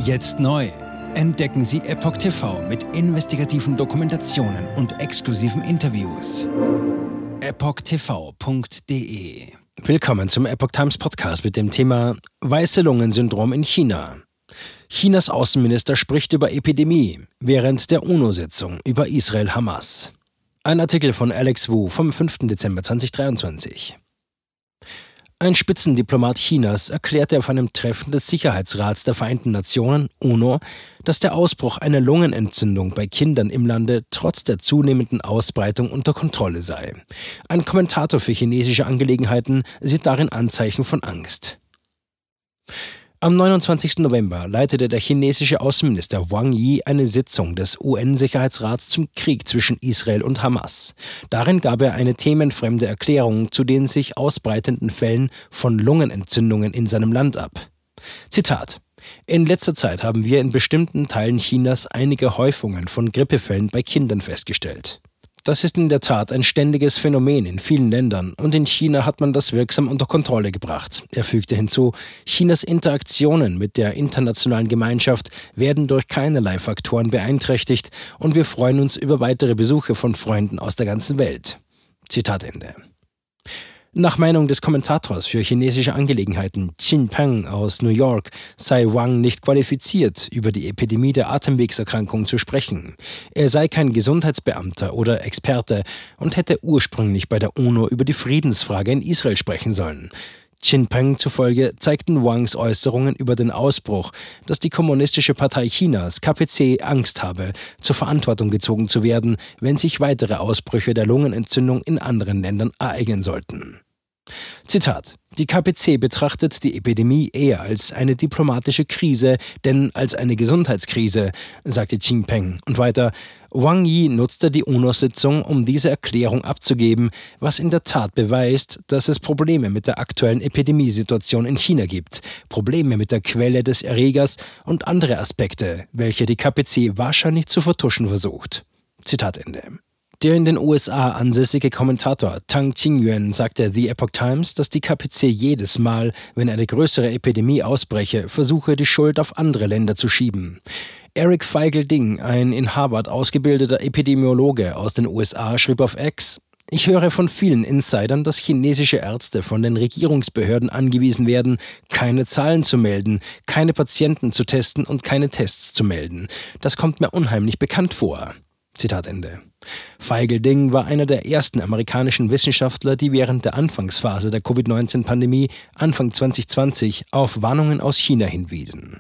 Jetzt neu. Entdecken Sie Epoch TV mit investigativen Dokumentationen und exklusiven Interviews. EpochTV.de. Willkommen zum Epoch Times Podcast mit dem Thema Weiße Lungensyndrom in China. Chinas Außenminister spricht über Epidemie während der UNO-Sitzung über Israel-Hamas. Ein Artikel von Alex Wu vom 5. Dezember 2023. Ein Spitzendiplomat Chinas erklärte auf einem Treffen des Sicherheitsrats der Vereinten Nationen, UNO, dass der Ausbruch einer Lungenentzündung bei Kindern im Lande trotz der zunehmenden Ausbreitung unter Kontrolle sei. Ein Kommentator für chinesische Angelegenheiten sieht darin Anzeichen von Angst. Am 29. November leitete der chinesische Außenminister Wang Yi eine Sitzung des UN-Sicherheitsrats zum Krieg zwischen Israel und Hamas. Darin gab er eine themenfremde Erklärung zu den sich ausbreitenden Fällen von Lungenentzündungen in seinem Land ab. Zitat: In letzter Zeit haben wir in bestimmten Teilen Chinas einige Häufungen von Grippefällen bei Kindern festgestellt. Das ist in der Tat ein ständiges Phänomen in vielen Ländern und in China hat man das wirksam unter Kontrolle gebracht. Er fügte hinzu, Chinas Interaktionen mit der internationalen Gemeinschaft werden durch keinerlei Faktoren beeinträchtigt und wir freuen uns über weitere Besuche von Freunden aus der ganzen Welt. Zitat Ende. Nach Meinung des Kommentators für chinesische Angelegenheiten Qin Peng aus New York sei Wang nicht qualifiziert, über die Epidemie der Atemwegserkrankung zu sprechen. Er sei kein Gesundheitsbeamter oder Experte und hätte ursprünglich bei der UNO über die Friedensfrage in Israel sprechen sollen. Qin Peng zufolge zeigten Wangs Äußerungen über den Ausbruch, dass die Kommunistische Partei Chinas, KPC, Angst habe, zur Verantwortung gezogen zu werden, wenn sich weitere Ausbrüche der Lungenentzündung in anderen Ländern ereignen sollten. Zitat: Die KPC betrachtet die Epidemie eher als eine diplomatische Krise, denn als eine Gesundheitskrise, sagte Qin Peng. Und weiter, Wang Yi nutzte die UNO-Sitzung, um diese Erklärung abzugeben, was in der Tat beweist, dass es Probleme mit der aktuellen Epidemiesituation in China gibt, Probleme mit der Quelle des Erregers und andere Aspekte, welche die KPC wahrscheinlich zu vertuschen versucht. Zitat Ende. Der in den USA ansässige Kommentator Tang Qingyuan sagte The Epoch Times, dass die KPC jedes Mal, wenn eine größere Epidemie ausbreche, versuche, die Schuld auf andere Länder zu schieben. Eric Feigl-Ding, ein in Harvard ausgebildeter Epidemiologe aus den USA, schrieb auf X: Ich höre von vielen Insidern, dass chinesische Ärzte von den Regierungsbehörden angewiesen werden, keine Zahlen zu melden, keine Patienten zu testen und keine Tests zu melden. Das kommt mir unheimlich bekannt vor. Zitat Ende. Feigl-Ding war einer der ersten amerikanischen Wissenschaftler, die während der Anfangsphase der Covid-19-Pandemie Anfang 2020 auf Warnungen aus China hinwiesen.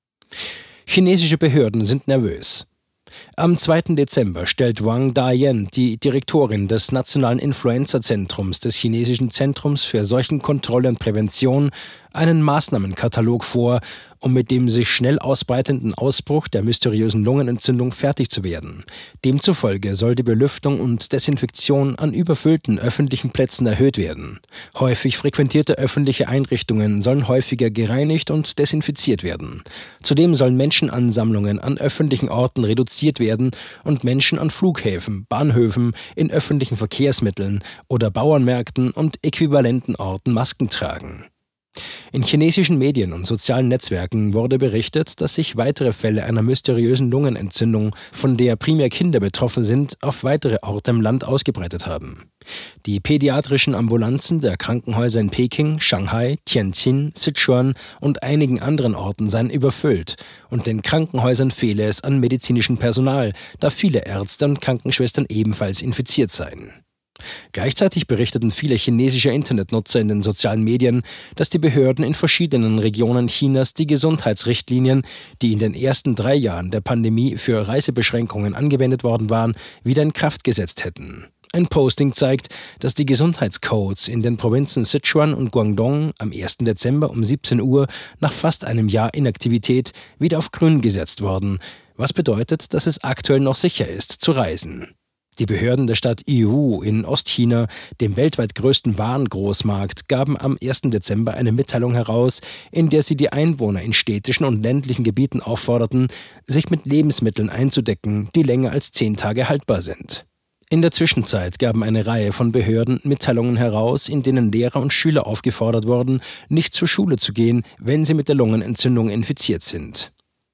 Chinesische Behörden sind nervös. Am 2. Dezember stellt Wang Dayan, die Direktorin des Nationalen Influenza-Zentrums des chinesischen Zentrums für Seuchenkontrolle und Prävention, einen Maßnahmenkatalog vor, um mit dem sich schnell ausbreitenden Ausbruch der mysteriösen Lungenentzündung fertig zu werden. Demzufolge soll die Belüftung und Desinfektion an überfüllten öffentlichen Plätzen erhöht werden. Häufig frequentierte öffentliche Einrichtungen sollen häufiger gereinigt und desinfiziert werden. Zudem sollen Menschenansammlungen an öffentlichen Orten reduziert werden und Menschen an Flughäfen, Bahnhöfen, in öffentlichen Verkehrsmitteln oder Bauernmärkten und äquivalenten Orten Masken tragen. In chinesischen Medien und sozialen Netzwerken wurde berichtet, dass sich weitere Fälle einer mysteriösen Lungenentzündung, von der primär Kinder betroffen sind, auf weitere Orte im Land ausgebreitet haben. Die pädiatrischen Ambulanzen der Krankenhäuser in Peking, Shanghai, Tianjin, Sichuan und einigen anderen Orten seien überfüllt und den Krankenhäusern fehle es an medizinischem Personal, da viele Ärzte und Krankenschwestern ebenfalls infiziert seien. Gleichzeitig berichteten viele chinesische Internetnutzer in den sozialen Medien, dass die Behörden in verschiedenen Regionen Chinas die Gesundheitsrichtlinien, die in den ersten 3 Jahren der Pandemie für Reisebeschränkungen angewendet worden waren, wieder in Kraft gesetzt hätten. Ein Posting zeigt, dass die Gesundheitscodes in den Provinzen Sichuan und Guangdong am 1. Dezember um 17 Uhr nach fast einem Jahr Inaktivität wieder auf grün gesetzt wurden, was bedeutet, dass es aktuell noch sicher ist, zu reisen. Die Behörden der Stadt Yiwu in Ostchina, dem weltweit größten Warengroßmarkt, gaben am 1. Dezember eine Mitteilung heraus, in der sie die Einwohner in städtischen und ländlichen Gebieten aufforderten, sich mit Lebensmitteln einzudecken, die länger als 10 Tage haltbar sind. In der Zwischenzeit gaben eine Reihe von Behörden Mitteilungen heraus, in denen Lehrer und Schüler aufgefordert wurden, nicht zur Schule zu gehen, wenn sie mit der Lungenentzündung infiziert sind.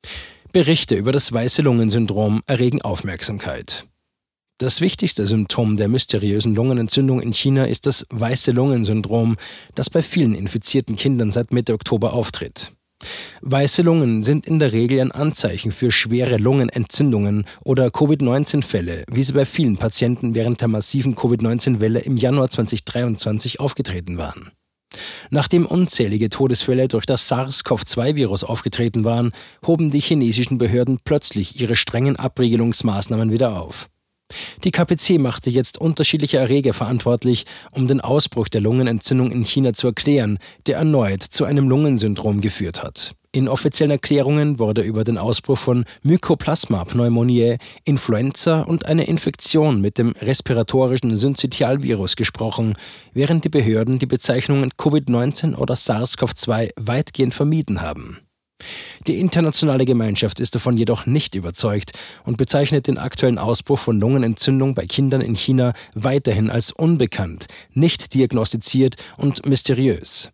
Berichte über das Weiße-Lungen-Syndrom erregen Aufmerksamkeit. Das wichtigste Symptom der mysteriösen Lungenentzündung in China ist das Weiße-Lungen-Syndrom, das bei vielen infizierten Kindern seit Mitte Oktober auftritt. Weiße Lungen sind in der Regel ein Anzeichen für schwere Lungenentzündungen oder Covid-19-Fälle, wie sie bei vielen Patienten während der massiven Covid-19-Welle im Januar 2023 aufgetreten waren. Nachdem unzählige Todesfälle durch das SARS-CoV-2-Virus aufgetreten waren, hoben die chinesischen Behörden plötzlich ihre strengen Abriegelungsmaßnahmen wieder auf. Die KPC machte jetzt unterschiedliche Erreger verantwortlich, um den Ausbruch der Lungenentzündung in China zu erklären, der erneut zu einem Lungensyndrom geführt hat. In offiziellen Erklärungen wurde über den Ausbruch von Mycoplasma-Pneumoniae, Influenza und eine Infektion mit dem respiratorischen Syncytialvirus gesprochen, während die Behörden die Bezeichnungen Covid-19 oder SARS-CoV-2 weitgehend vermieden haben. Die internationale Gemeinschaft ist davon jedoch nicht überzeugt und bezeichnet den aktuellen Ausbruch von Lungenentzündung bei Kindern in China weiterhin als unbekannt, nicht diagnostiziert und mysteriös.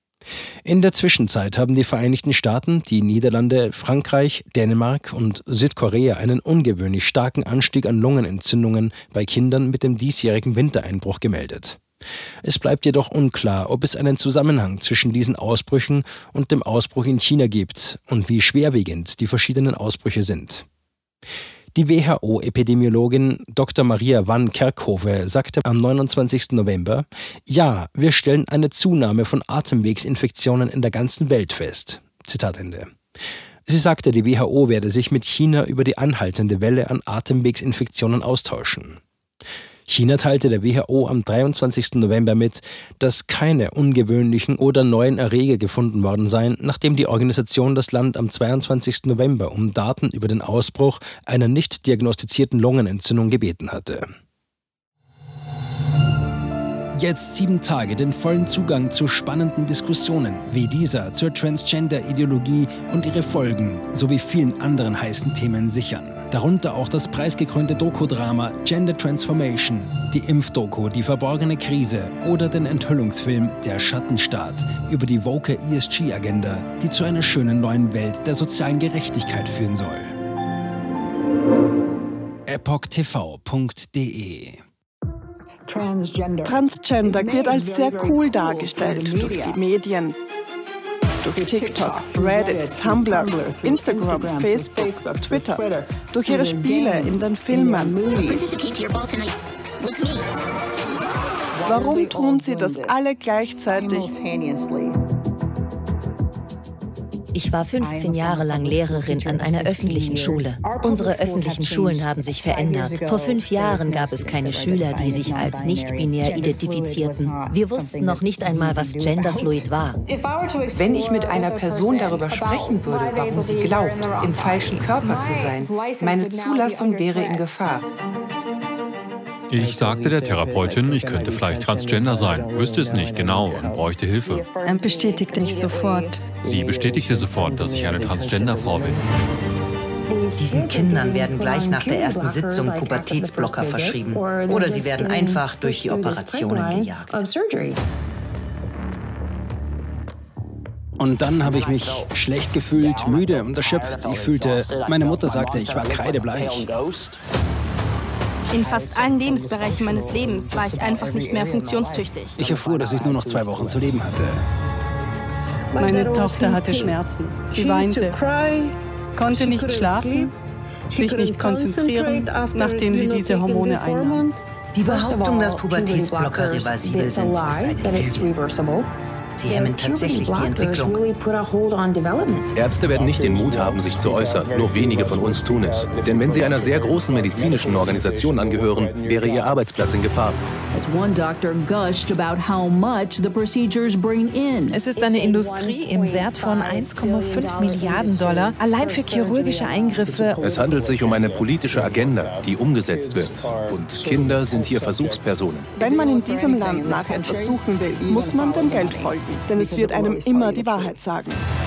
In der Zwischenzeit haben die Vereinigten Staaten, die Niederlande, Frankreich, Dänemark und Südkorea einen ungewöhnlich starken Anstieg an Lungenentzündungen bei Kindern mit dem diesjährigen Wintereinbruch gemeldet. Es bleibt jedoch unklar, ob es einen Zusammenhang zwischen diesen Ausbrüchen und dem Ausbruch in China gibt und wie schwerwiegend die verschiedenen Ausbrüche sind. Die WHO-Epidemiologin Dr. Maria van Kerkhove sagte am 29. November, ja, wir stellen eine Zunahme von Atemwegsinfektionen in der ganzen Welt fest. Zitat Ende. Sie sagte, die WHO werde sich mit China über die anhaltende Welle an Atemwegsinfektionen austauschen. China teilte der WHO am 23. November mit, dass keine ungewöhnlichen oder neuen Erreger gefunden worden seien, nachdem die Organisation das Land am 22. November um Daten über den Ausbruch einer nicht diagnostizierten Lungenentzündung gebeten hatte. Jetzt 7 Tage den vollen Zugang zu spannenden Diskussionen wie dieser zur Transgender-Ideologie und ihre Folgen sowie vielen anderen heißen Themen sichern. Darunter auch das preisgekrönte Doku-Drama Gender Transformation, die Impfdoku Die verborgene Krise oder den Enthüllungsfilm Der Schattenstaat über die woke ESG-Agenda, die zu einer schönen neuen Welt der sozialen Gerechtigkeit führen soll. EpochTV.de Transgender wird als sehr cool dargestellt durch die Medien, durch TikTok, Reddit, Tumblr, Instagram, Facebook, Twitter, durch ihre Spiele in den Filmen. Warum tun sie das alle gleichzeitig? Ich war 15 Jahre lang Lehrerin an einer öffentlichen Schule. Unsere öffentlichen Schulen haben sich verändert. Vor 5 Jahren gab es keine Schüler, die sich als nicht-binär identifizierten. Wir wussten noch nicht einmal, was genderfluid war. Wenn ich mit einer Person darüber sprechen würde, warum sie glaubt, im falschen Körper zu sein, meine Zulassung wäre in Gefahr. Ich sagte der Therapeutin, ich könnte vielleicht Transgender sein, wüsste es nicht genau und bräuchte Hilfe. Bestätigte ich sofort. Sie bestätigte sofort, dass ich eine Transgender-Frau bin. Diesen Kindern werden gleich nach der ersten Sitzung Pubertätsblocker verschrieben. Oder sie werden einfach durch die Operationen gejagt. Und dann habe ich mich schlecht gefühlt, müde und erschöpft. Ich fühlte, meine Mutter sagte, ich war kreidebleich. In fast allen Lebensbereichen meines Lebens war ich einfach nicht mehr funktionstüchtig. Ich erfuhr, dass ich nur noch 2 Wochen zu leben hatte. Meine Tochter hatte Schmerzen. Sie weinte, konnte nicht schlafen, sich nicht konzentrieren, nachdem sie diese Hormone einnahm. Die Behauptung, dass Pubertätsblocker reversibel sind, ist eine Illusion. Sie hemmen tatsächlich die Entwicklung. Ärzte werden nicht den Mut haben, sich zu äußern. Nur wenige von uns tun es. Denn wenn sie einer sehr großen medizinischen Organisation angehören, wäre ihr Arbeitsplatz in Gefahr. Es ist eine Industrie im Wert von 1,5 Milliarden Dollar allein für chirurgische Eingriffe. Es handelt sich um eine politische Agenda, die umgesetzt wird. Und Kinder sind hier Versuchspersonen. Wenn man in diesem Land nach etwas suchen will, muss man dem Geld folgen. Denn es wird einem immer die Wahrheit sagen.